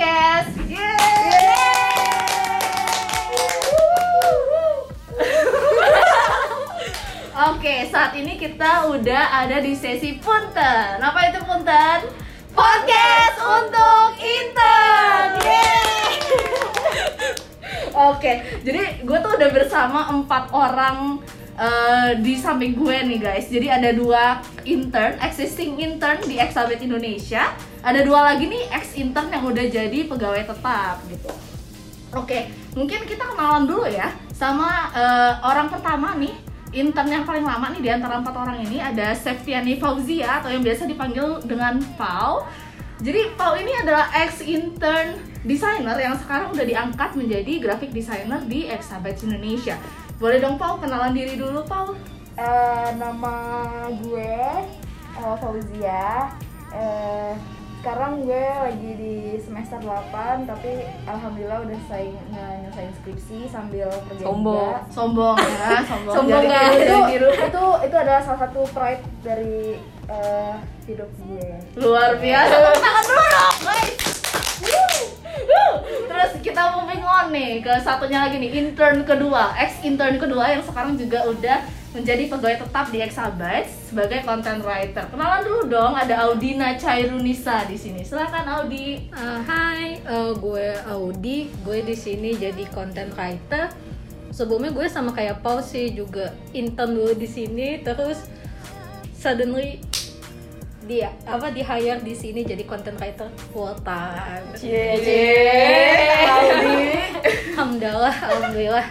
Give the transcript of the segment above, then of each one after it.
Podcast. Oke, saat ini kita udah ada di sesi Punten. Apa itu Punten? Podcast untuk intern. Oke, jadi gue tuh udah bersama 4 orang di samping gue nih guys. Jadi ada 2 intern, existing intern di Exabet Indonesia. Ada 2 lagi nih ex intern yang udah jadi pegawai tetap gitu. Oke, mungkin kita kenalan dulu ya sama orang pertama nih, intern yang paling lama nih di antara 4 orang ini. Ada Septiani Fauzia atau yang biasa dipanggil dengan Pau. Jadi Pau ini adalah ex intern designer yang sekarang udah diangkat menjadi graphic designer di Exabet Indonesia. Boleh dong Pau, kenalan diri dulu Pau. Nama gue Fauzia. Sekarang gue lagi di semester 8, tapi alhamdulillah udah nyelesain skripsi sambil kerja juga. Sombong ya, sombong. Sombong Jadi biru. itu adalah salah satu pride dari hidup gue. Luar biasa. Tepuk tangan dulu dong, guys. Terus kita moving on nih ke satunya lagi nih, intern kedua, ex intern kedua yang sekarang juga udah menjadi pegawai tetap di Exabet sebagai content writer. Kenalan dulu dong, ada Audina Cairunisa di sini. Silakan Audi. Hai, gue Audi. Gue di sini jadi content writer. Sebelumnya gue sama kayak Paul sih juga intern dulu di sini, terus suddenly di hire di sini jadi content writer full time. Alhamdulillah.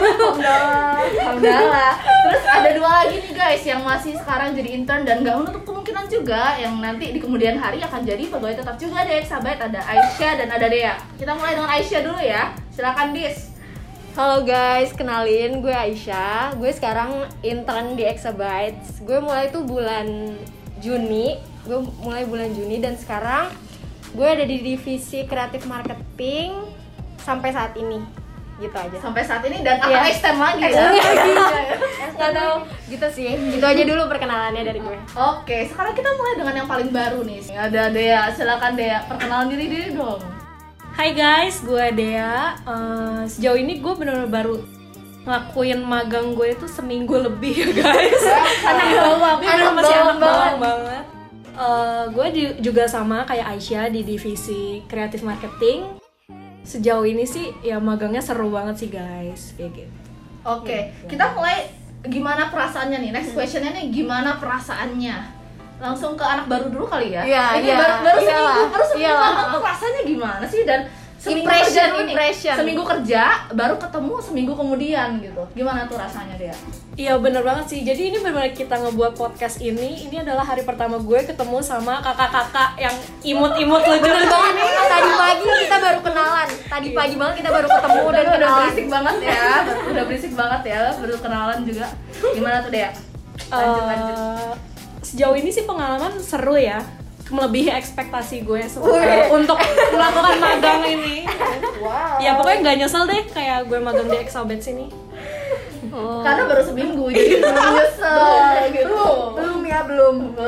Terus ada 2 lagi nih guys yang masih sekarang jadi intern dan nggak menutup kemungkinan juga yang nanti di kemudian hari akan jadi pegawai tetap juga di Exabet. Ada Aisyah dan ada Dea. Kita mulai dengan Aisyah dulu ya. Silakan Dis. Halo guys, kenalin gue Aisyah. Gue sekarang intern di Exabet. Gue mulai tuh bulan Juni dan sekarang gue ada di divisi kreatif marketing sampai saat ini. Gitu aja. Sampai saat ini dan akan extend lagi ya. Nggak tahu, gitu sih. Gitu aja dulu perkenalannya dari gue. Oke, sekarang kita mulai dengan yang paling baru nih. Ada Dea, silakan Dea, perkenalan diri dong. Hai guys, gue Dea. Sejauh ini gue benar-benar baru ngelakuin magang gue itu seminggu lebih ya guys. Anak bawang banget. Gue juga sama kayak Aisyah di divisi kreatif marketing. Sejauh ini sih ya magangnya seru banget sih guys, kayak gitu. Oke, kita mulai gimana perasaannya nih? Next questionnya nih, gimana perasaannya? Langsung ke anak baru dulu kali ya. Ini baru seminggu magang tuh rasanya gimana sih? Dan seminggu kerja baru ketemu seminggu kemudian gitu. Gimana tuh rasanya dia? Iya bener banget sih. Jadi ini benar-benar kita ngebuat podcast ini. Ini adalah hari pertama gue ketemu sama kakak-kakak yang imut-imut lucu banget nih. Tadi pagi kita baru kenalan. Tadi pagi banget kita baru ketemu dan Udah kenalan. berisik banget ya. Udah berisik banget ya. Baru kenalan juga. Gimana tuh Dea? Lanjut. Sejauh ini sih pengalaman seru ya. Melebihi ekspektasi gue untuk melakukan magang ini. Wow. Ya pokoknya nggak nyesel deh kayak gue magang di Exabet sini. Karena baru seminggu jadi belum nyesel gitu. Belum.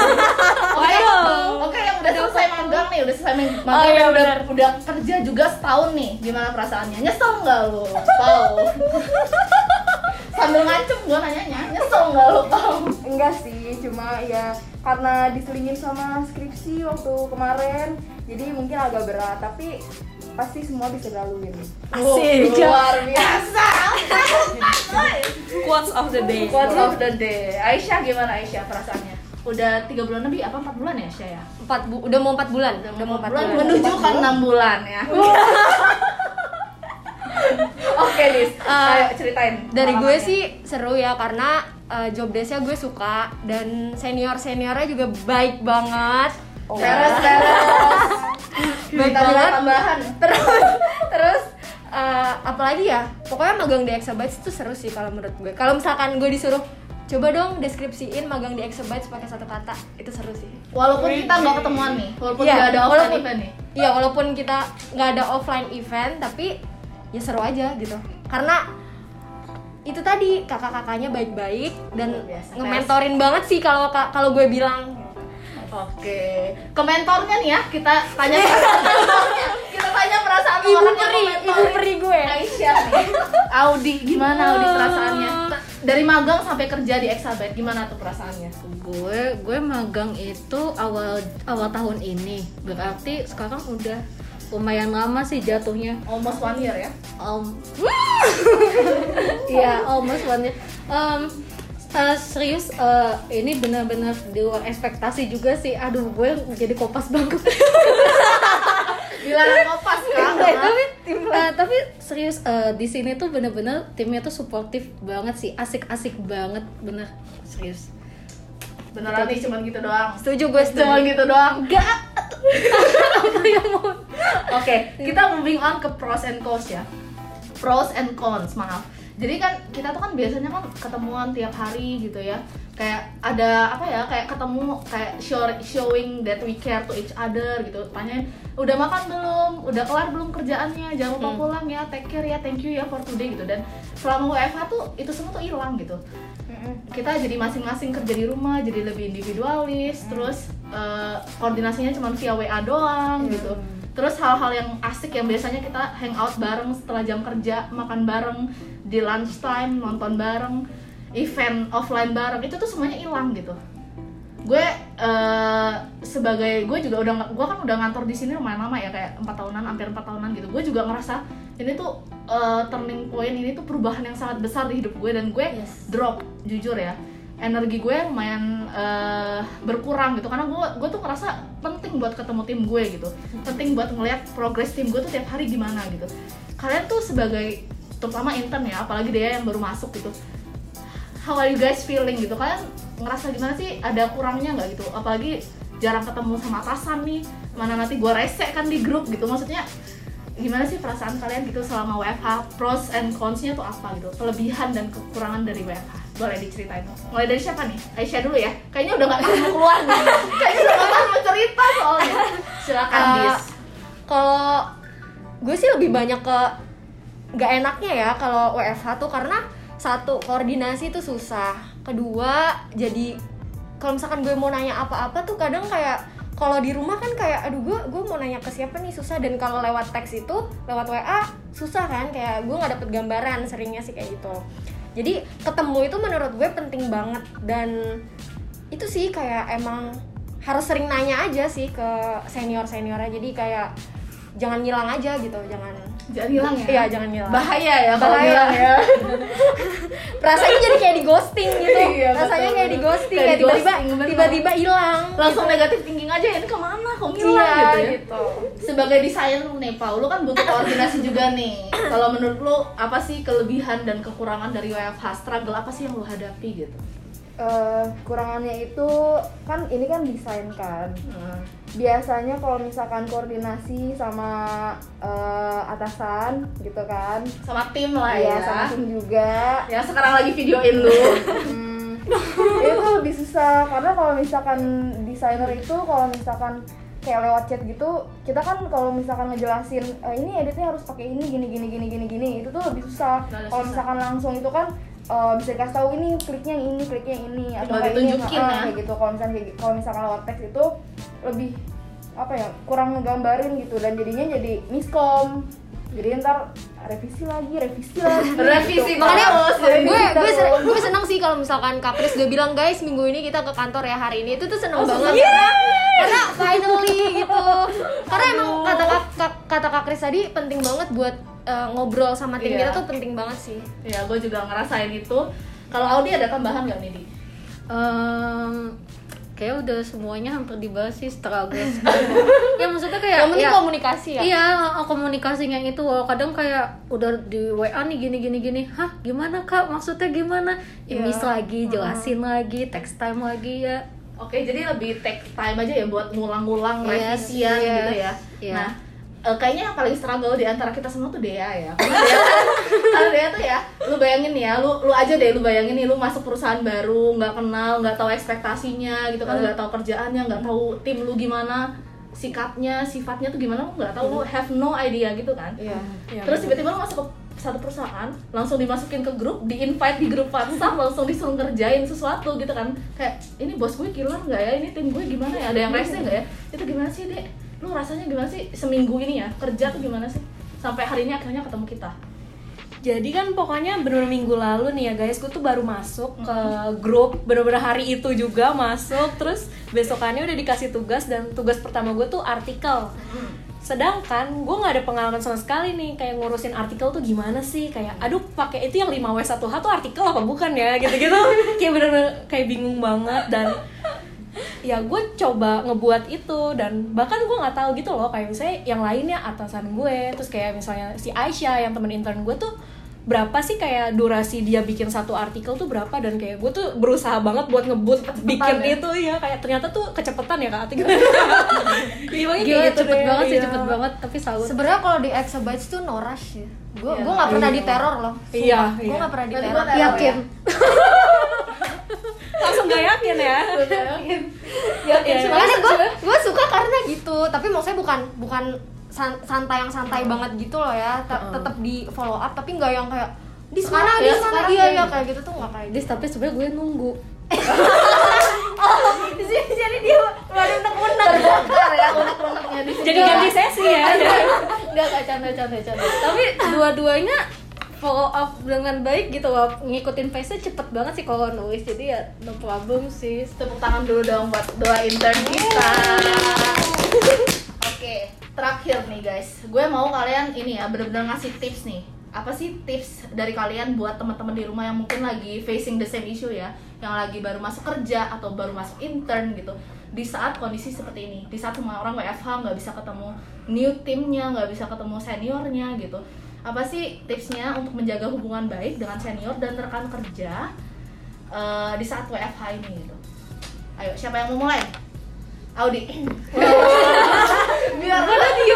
Oke, yang udah selesai magang nih, udah kerja juga setahun nih. Gimana perasaannya? Nyesel nggak lo, Pau? Sambil ngancem gue nanyanya, nyesel nggak lo, Pau? Enggak sih, cuma ya karena diselingin sama skripsi waktu kemarin, jadi mungkin agak berat, tapi pasti semua bisa dilaluin. Asik. Luar biasa. Quotes of the day. Quotes of the day. Aisyah gimana Aisyah perasaannya? Udah 3 bulan lebih apa 4 bulan ya Aisyah ya? Udah mau 4 bulan. Menuju kan 6 bulan ya. Oke Lis, ayo ceritain. Dari gue sih seru ya karena job desk-nya gue suka dan seniornya juga baik banget. Beres. Baik banget. Tambahan. Terus apalagi ya? Pokoknya magang di Exabet itu seru sih kalau menurut gue. Kalau misalkan gue disuruh coba dong deskripsiin magang di Exabet pakai 1 kata, itu seru sih. Walaupun kita nggak ketemuan nih, walaupun nggak ada offline event nih. Iya, walaupun kita nggak ada offline event, tapi ya seru aja gitu. Karena itu tadi kakak-kakaknya baik-baik dan nge-mentorin banget sih kalau gue bilang. Oke, ke mentornya nih ya, kita tanya ke mentornya. tanya perasaan Ibu orang peri, yang ibu peri gue. Aisyah nih. Audi, gimana Audi perasaannya? Dari magang sampai kerja di Exabyte, gimana tuh perasaannya? Gue magang itu awal tahun ini, berarti sekarang udah lumayan lama sih jatuhnya. Almost 1 year ya? Iya, almost 1 year. Serius, ini benar-benar di luar ekspektasi juga sih. Aduh, gue jadi kopas banget. Dilarang kopas kan? Tapi serius, di sini tuh bener-bener timnya tuh suportif banget sih, asik-asik banget, bener serius. Beneran nih cuman gitu doang. Setuju gue, Cuman setuju. gitu doang. Enggak. Oke, kita moving on ke pros and cons ya. Pros and cons, maaf. Jadi kan kita tuh kan biasanya kan ketemuan tiap hari gitu ya. Kayak ada apa ya, kayak ketemu, kayak showing that we care to each other gitu. Tanyain, udah makan belum? Udah kelar belum kerjaannya? Jangan lupa pulang ya, take care ya, thank you ya for today gitu. Dan selama WFH tuh itu semua tuh hilang gitu. Kita jadi masing-masing kerja di rumah, jadi lebih individualis. Terus koordinasinya cuma via WA doang gitu. Terus hal-hal yang asik yang biasanya kita hangout bareng setelah jam kerja, makan bareng di lunchtime, nonton bareng, event offline bareng, itu tuh semuanya hilang gitu. Gue sebagai gue kan udah ngantor di sini lumayan lama ya, kayak 4 tahunan, hampir 4 tahunan gitu. Gue juga ngerasa ini tuh turning point, ini tuh perubahan yang sangat besar di hidup gue, dan gue drop, jujur ya. Energi gue lumayan berkurang gitu, karena gue tuh ngerasa penting buat ketemu tim gue gitu, penting buat ngeliat progres tim gue tuh tiap hari gimana gitu. Kalian tuh sebagai, terutama intern ya, apalagi dia yang baru masuk gitu, how are you guys feeling gitu? Kalian ngerasa gimana sih? Ada kurangnya nggak gitu? Apalagi jarang ketemu sama atasan nih, mana nanti gue resek kan di grup gitu. Maksudnya gimana sih perasaan kalian gitu selama WFH? Pros and cons-nya tuh apa gitu? Kelebihan dan kekurangan dari WFH? Boleh diceritain. Mulai dari siapa nih? Aisyah dulu ya. Kayaknya udah gak tahan mau keluar nih. Kayaknya udah gak tahan mau cerita soalnya. Silakan Dis. Kalau gue sih lebih banyak ke nggak enaknya ya kalau WFH tuh, karena satu, koordinasi tuh susah. Kedua, jadi kalau misalkan gue mau nanya apa-apa tuh kadang kayak, kalau di rumah kan kayak aduh gue mau nanya ke siapa nih, susah. Dan kalau lewat teks itu, lewat WA susah kan, kayak gue nggak dapet gambaran, seringnya sih kayak gitu. Jadi ketemu itu menurut gue penting banget, dan itu sih kayak emang harus sering nanya aja sih ke senior-seniornya. Jadi kayak jangan ngilang aja gitu, jangan hilang ya? Iya, jangan ngilang. Bahaya ya kalau Bahaya. hilang ya. Rasanya jadi kayak di ghosting gitu. Iya, Rasanya betul. kayak di ghosting, Kayak kayak di ghosting, bener. tiba-tiba hilang. Langsung negatif thinking aja, ini kemana? Kok ngilang Iya, gitu ya? gitu. Sebagai desainer nih, Pau, lu kan butuh koordinasi juga nih. Kalau menurut lu, apa sih kelebihan dan kekurangan dari WFH? Struggle apa sih yang lu hadapi gitu? Kurangannya itu kan ini kan desain kan. Biasanya kalau misalkan koordinasi sama atasan gitu kan, Sama tim lah iya, ya. sama tim juga. Ya sekarang lagi videoin lu. Itu lebih susah karena kalau misalkan desainer itu kalau misalkan kayak lewat chat gitu, kita kan kalau misalkan ngejelasin ini editnya harus pakai ini gini, itu tuh lebih susah. Nah, Kalau susah. misalkan langsung itu kan bisa dikasih tahu ini kliknya yang ini atau Tinggal kayak ini ditunjukin ya. kayak gitu. Kalau misalkan lewat teks itu lebih apa ya, kurang ngegambarin gitu, dan jadinya jadi miskom. Jadi ntar revisi lagi Revisi Makanya terus. gue seneng sih kalau misalkan Kak Kris udah bilang, guys minggu ini kita ke kantor ya hari ini, itu tuh seneng banget. Karena finally gitu. Karena emang kata Kak Kris tadi penting banget buat ngobrol sama tim Iya. kita tuh penting banget sih. Ya, gue juga ngerasain itu. Kalau Audi ada tambahan nggak nih, Di? Kayak udah semuanya hampir dibahas sih, struggle. Ya maksudnya kayak Yang penting ya, komunikasi ya. Iya, komunikasinya itu kadang kayak udah di WA nih gini. Hah, gimana Kak? Maksudnya gimana? Miss lagi, jelasin lagi, text time lagi ya. Oke, jadi lebih take time aja ya buat ngulang-ngulang Yes, revisian yes, gitu ya. iya. Nah, kayaknya yang paling struggle di antara kita semua tuh Dea ya. Karena Dea tuh ya, lu bayangin ya, lu aja deh, lu bayangin nih, lu masuk perusahaan baru, nggak kenal, nggak tahu ekspektasinya gitu kan, nggak tahu kerjaannya, nggak tahu tim lu gimana, sikapnya, sifatnya tuh gimana, lu nggak tahu, lu have no idea gitu kan. Iya. Terus tiba-tiba lu masuk ke satu perusahaan, langsung dimasukin ke grup, di-invite di grup WhatsApp, langsung disuruh ngerjain sesuatu gitu kan. Kayak, ini bos gue killer nggak ya? Ini tim gue gimana ya? Ada yang rese nggak ya? Itu gimana sih, Dek? lu rasanya gimana sih seminggu ini ya kerja tuh gimana sih sampai hari ini akhirnya ketemu kita? Jadi kan pokoknya bener minggu lalu nih ya guys, gue tuh baru masuk ke grup, bener-bener hari itu juga masuk. Terus besokannya udah dikasih tugas, dan tugas pertama gue tuh artikel. Sedangkan gue nggak ada pengalaman sama sekali nih, kayak ngurusin artikel tuh gimana sih, kayak aduh pakai itu yang 5W1H tuh artikel apa bukan ya, gitu-gitu. Kayak bener-bener kayak bingung banget. Dan ya gue coba ngebuat itu, dan bahkan gue nggak tahu gitu loh, kayak misalnya yang lainnya atasan gue, terus kayak misalnya si Aisyah yang temen intern gue tuh berapa sih kayak durasi dia bikin satu artikel tuh berapa, dan kayak gue tuh berusaha banget buat ngebut bikin ya? itu ya, kayak ternyata tuh kecepetan ya Kak Atik. Gila, gitu cepet deh, banget sih, iya. cepet banget, tapi salut. Sebenarnya kalau di Exabytes tuh no rush ya. Gue Iya. nggak pernah diteror loh. Iya, Gue iya. nggak pernah Berarti diteror. gua teror Yakin. Langsung gak yakin ya. Yakin Iya. Makanya gue suka karena gitu. Tapi maksudnya bukan santai yang santai banget gitu loh ya. Tetap di follow up, tapi nggak yang kayak di Sekarang mana ya, di mana sekarang iya ya. ya kayak gitu tuh nggak kayak gitu. Dis, tapi sebenarnya gue nunggu. Jadi dia baru unek-unek. terbongkar ya unek-uneknya di sini. Jadi ganti sesi ya. Enggak canda. Tapi dua-duanya follow up dengan baik gitu loh, ngikutin pace-nya cepet banget sih kalau nulis, jadi ya no problem sih. Tepuk tangan dulu dong buat dua intern kita. Oke, terakhir nih guys, gue mau kalian ini ya bener-bener ngasih tips nih. Apa sih tips dari kalian buat teman-teman di rumah yang mungkin lagi facing the same issue ya, yang lagi baru masuk kerja atau baru masuk intern gitu, di saat kondisi seperti ini, di saat semua orang WFH nggak bisa ketemu new timnya, nggak bisa ketemu seniornya gitu. Apa sih tipsnya untuk menjaga hubungan baik dengan senior dan rekan kerja di saat WFH ini gitu? Ayo, siapa yang mau mulai? Audi. Biar gue diem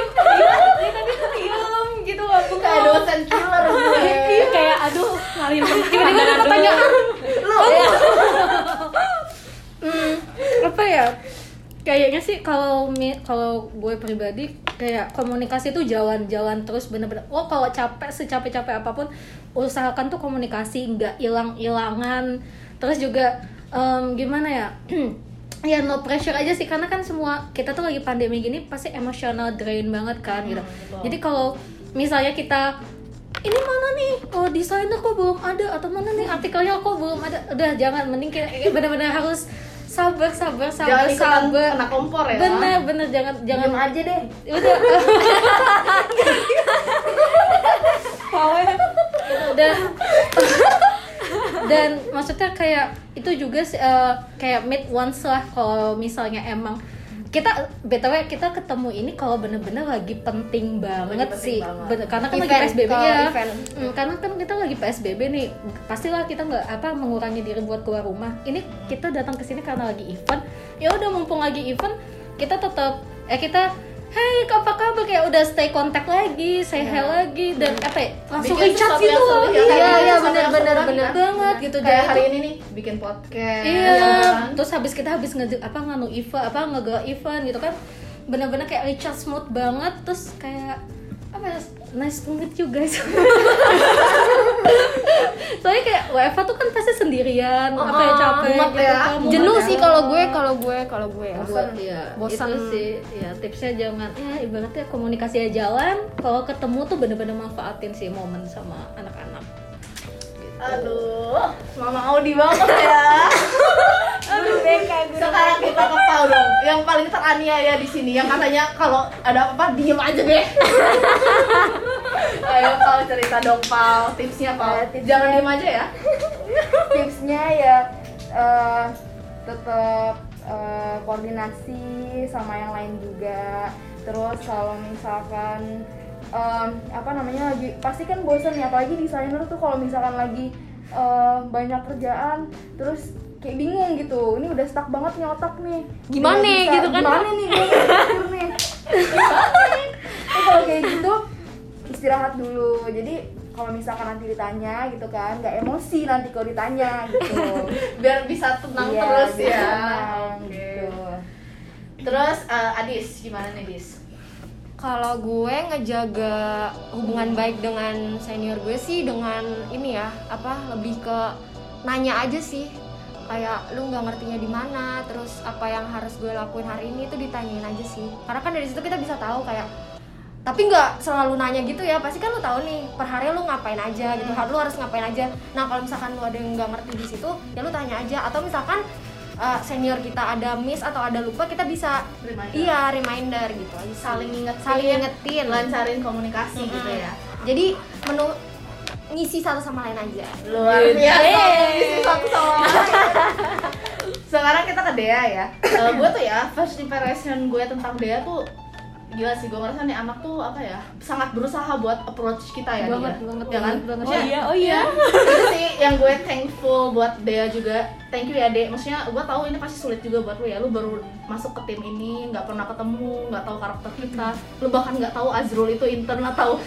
gitu aku kayak dosen killer gue. Iya, kayak aduh ngalir tiba-tiba ada pertanyaan. Apa ya? Kayaknya sih kalau gue pribadi kayak komunikasi tuh jalan terus bener-bener. Kalau capek secapek-capek apapun usahakan tuh komunikasi, nggak hilang-hilangan. Terus juga gimana ya? Ya no pressure aja sih, karena kan semua kita tuh lagi pandemi gini pasti emotional drain banget kan gitu. Betul. Jadi kalau misalnya kita ini mana nih, oh desainer kok belum ada, atau mana nih artikelnya kok belum ada, udah jangan, mending kita benar-benar harus sabar Jangan ikutan kena kompor ya. bener jangan Diem aja deh. udah udah dan maksudnya kayak itu juga kayak meet once lah kalau misalnya emang kita BTW kita ketemu ini kalau bener-bener lagi penting banget penting sih. banget. Karena kan Event, lagi PSBB kalau ya. event. Karena kan kita lagi PSBB nih, pastilah kita nggak mengurangi diri buat keluar rumah. Ini kita datang ke sini karena lagi event. Ya udah, mumpung lagi event, kita tetap kita hey apa kabar, kayak udah stay kontak lagi, say hi lagi, dan langsung Bikin rechat sesuatu gitu yang loh. seru ya, kayak Iya sesuatu yang seru lagi bener kan. banget gitu. Kayak Jadi hari tuh- ini nih bikin podcast. Iya, kan? terus habis kita nganu event, nge-go event gitu kan, bener-bener kayak recharge mood banget, terus kayak nice to meet you guys. Soalnya kayak WFH tuh kan pasti sendirian, capek mumet gitu ya. kan, mumet Jenuh ya. sih kalau gue ya. Buat ya, Bosan. itu sih ya tipsnya, jangan ibaratnya komunikasi aja jalan, kalau ketemu tuh bener-bener manfaatin sih momen sama anak-anak. Aduh, Mama Audi banget ya. Aduh, sekarang kita ke Pau dong, yang paling teraniaya di sini, yang katanya kalau ada apa-apa diem aja deh. Ayo Pau, cerita dong Pau, tipsnya Pau. Tipsnya. Jangan diem aja ya. Tipsnya ya tetap koordinasi sama yang lain juga. Terus kalau misalkan lagi pasti kan bosan ya, apalagi desainer tuh kalau misalkan lagi banyak kerjaan terus kayak bingung gitu, ini udah stuck banget nih otak nih, Gimana Nggak bisa, gitu kan? gimana nih gue mikir nih. Terus kalau kayak gitu istirahat dulu, jadi kalau misalkan nanti ditanya gitu kan, nggak emosi nanti kalau ditanya gitu. Biar bisa tenang Iya, terus biar ya. tenang, Oke. gitu. Terus Adis, gimana nih Dis? Kalau gue ngejaga hubungan baik dengan senior gue sih dengan ini ya, lebih ke nanya aja sih. kayak lu nggak ngertinya di mana, terus apa yang harus gue lakuin hari ini tuh ditanyain aja sih, karena kan dari situ kita bisa tahu kayak, tapi nggak selalu nanya gitu ya, pasti kan lu tahu nih per hari lu ngapain aja gitu, lu harus ngapain aja. Nah kalau misalkan lu ada yang nggak ngerti di situ ya lu tanya aja, atau misalkan senior kita ada miss atau ada lupa, kita bisa reminder gitu aja, saling ingetin, lancarin komunikasi gitu ya. Jadi ngisi satu sama lain aja. Luar biasa, ngisi satu sama lain. Sekarang kita ke Dea ya. Gue tuh ya, first impression gue tentang Dea tuh gila sih, gue ngerasa nih anak tuh apa ya, sangat berusaha buat approach kita ya. Banget, ya kan? Oh iya. Itu sih yang gue thankful buat Dea juga. Thank you ya Dea. Maksudnya gue tahu ini pasti sulit juga buat lu ya. Lu baru masuk ke tim ini, nggak pernah ketemu, nggak tahu karakter kita. Lu bahkan nggak tahu Azrul itu intern atau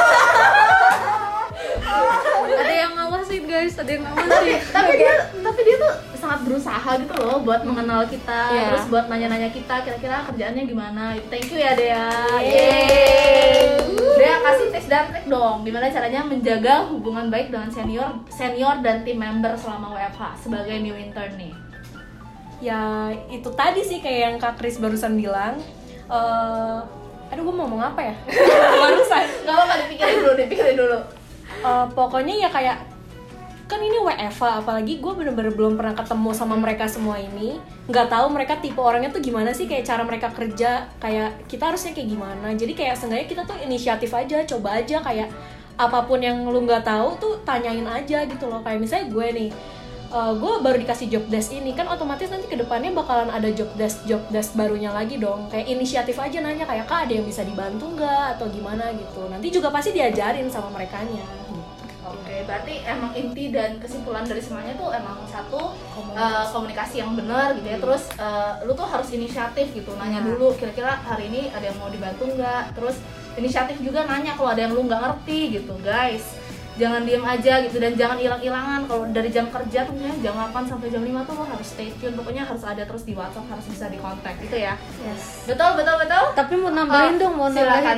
Ada yang ngawasin guys, ada yang ngawasin. tapi dia tuh sangat berusaha gitu loh buat mengenal kita, terus buat nanya-nanya kita kira-kira kerjaannya gimana. Thank you ya Dea. Yeay. Dea kasih tips dan trik dong, gimana caranya menjaga hubungan baik dengan senior dan tim member selama WFH sebagai new intern nih. Ya itu tadi sih kayak yang Kak Kris barusan bilang. Aduh gue mau ngomong apa ya? Barusan. Gak apa-apa, dipikirin dulu. Pokoknya ya kayak kan ini WFA, apalagi gue bener-bener belum pernah ketemu sama mereka semua ini, nggak tahu mereka tipe orangnya tuh gimana sih, kayak cara mereka kerja, kayak kita harusnya kayak gimana. Jadi kayak seenggaknya kita tuh inisiatif aja, coba aja kayak apapun yang lu nggak tahu tuh tanyain aja gitu loh. Kayak misalnya gue nih, gue baru dikasih job desk ini kan, otomatis nanti kedepannya bakalan ada job desk barunya lagi dong. Kayak inisiatif aja nanya kayak, Kak ada yang bisa dibantu nggak atau gimana gitu. Nanti juga pasti diajarin sama merekanya. Oke, berarti emang inti dan kesimpulan dari semuanya tuh emang satu, komunikasi yang benar gitu ya. Terus lu tuh harus inisiatif gitu, nanya dulu kira-kira hari ini ada yang mau dibantu nggak. Terus inisiatif juga nanya kalau ada yang lu nggak ngerti gitu guys. Jangan diem aja gitu, dan jangan hilang-hilangan. Kalau dari jam kerja tuh jam 8 sampai jam 5 tuh lo harus stay tune, pokoknya harus ada terus di WhatsApp, harus bisa dikontak gitu ya. Yes. Betul. Tapi mau nambahin dong, Silakan.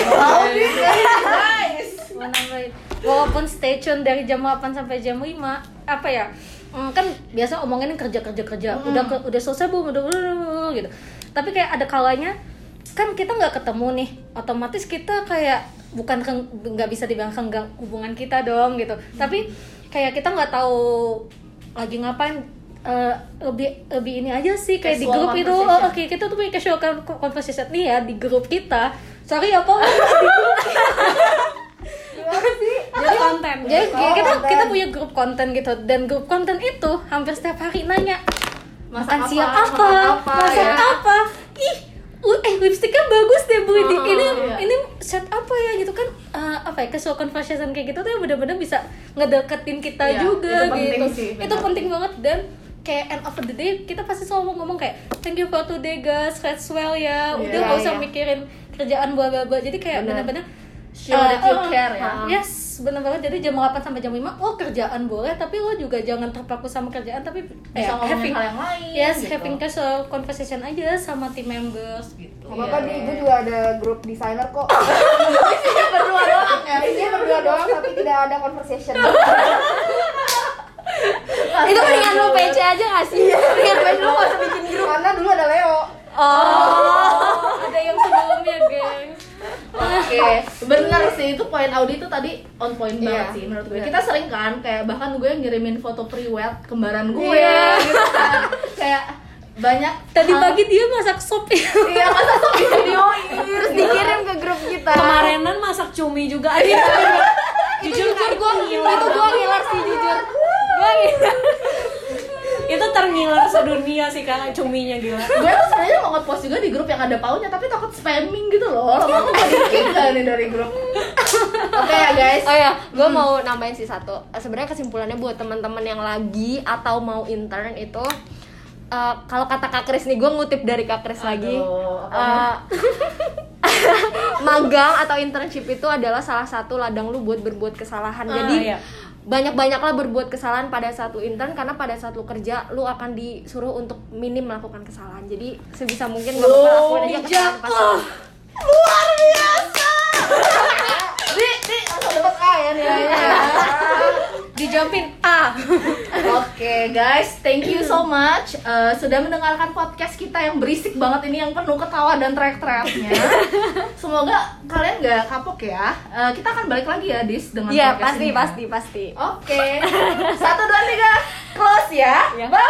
Guys. Mau nambahin. Walaupun stay tune dari jam 8 sampai jam 5, apa ya? Kan biasa omongin kerja. Udah selesai belum, udah gitu. Tapi kayak ada kalanya kan kita nggak ketemu nih, otomatis kita kayak bukan nggak bisa dibilang renggang hubungan kita dong gitu. Tapi kayak kita nggak tahu lagi ngapain, lebih ini aja sih kayak di grup itu. Oke, kita tuh punya casual conversation nih ya di grup kita. Sorry apa? Jadi konten. Jadi kita punya grup konten gitu, dan grup konten itu hampir setiap hari nanya makan siang apa, masak apa. Lipstiknya bagus deh Bu. Ini set apa ya gitu kan, apa ya, casual conversation kayak gitu tuh yang benar-benar bisa ngedeketin kita juga gitu. Itu penting banget, dan kayak end of the day kita pasti selalu ngomong kayak thank you for today guys, rest well ya. Udah gak usah mikirin kerjaan bla. Jadi kayak benar-benar show that you care ya. Yes, benar banget. Jadi jam 8 sampai jam 5 kerjaan boleh, tapi lo juga jangan terpaku sama kerjaan, tapi bisa ngomongin hal yang lain. Yes, gitu. having casual conversation aja sama team members gitu. Apa di gue juga ada grup designer kok. Isinya berdua doang ya. Isinya berdua doang tapi tidak ada conversation. Itu mendingan lu PC aja gak sih? Mendingan PC lu gak usah bikin grup. Karena dulu ada Leo. Ada yang sebelumnya, gengs. Oke, benar sih, itu poin Audi itu tadi on point banget sih menurut gue. Kita sering kan kayak bahkan gue ngirimin foto pre-wed kembaran gue gitu kan. Kayak banyak Tadi pagi dia masak sop ya. Iya, masak sop di video Terus dikirim ke grup kita. Kemarinan masak cumi juga. Jujur Gue ngiler sih jujur. itu terngiler sedunia sih Kak, cuminya gila. Gue tuh sebenarnya mau nge-post juga di grup yang ada paunya, tapi takut spamming gitu loh. Lama-lama gue di-kick nih dari grup. Oke ya guys. Oh ya, gue mau nambahin sih satu. Sebenarnya kesimpulannya buat teman-teman yang lagi atau mau intern itu, kalau kata Kak Kris nih, gue ngutip dari Kak Kris lagi. Magang atau internship itu adalah salah satu ladang lu buat berbuat kesalahan. Jadi iya. banyak-banyaklah berbuat kesalahan pada saat lu intern, karena pada saat lu kerja lu akan disuruh untuk minim melakukan kesalahan. Jadi sebisa mungkin gak apa-apa lakuin aja kesalahan pasti. Luar biasa. Di langsung dapat A ya nih. Dijamin A. Oke guys, thank you so much sudah mendengarkan podcast kita yang berisik banget ini, yang penuh ketawa dan teriak-teriaknya. Semoga kalian nggak kapok ya. Kita akan balik lagi ya Dis dengan Iya, podcast ini. pasti. Oke. 1, 2, 3, close ya. Ya. Bye.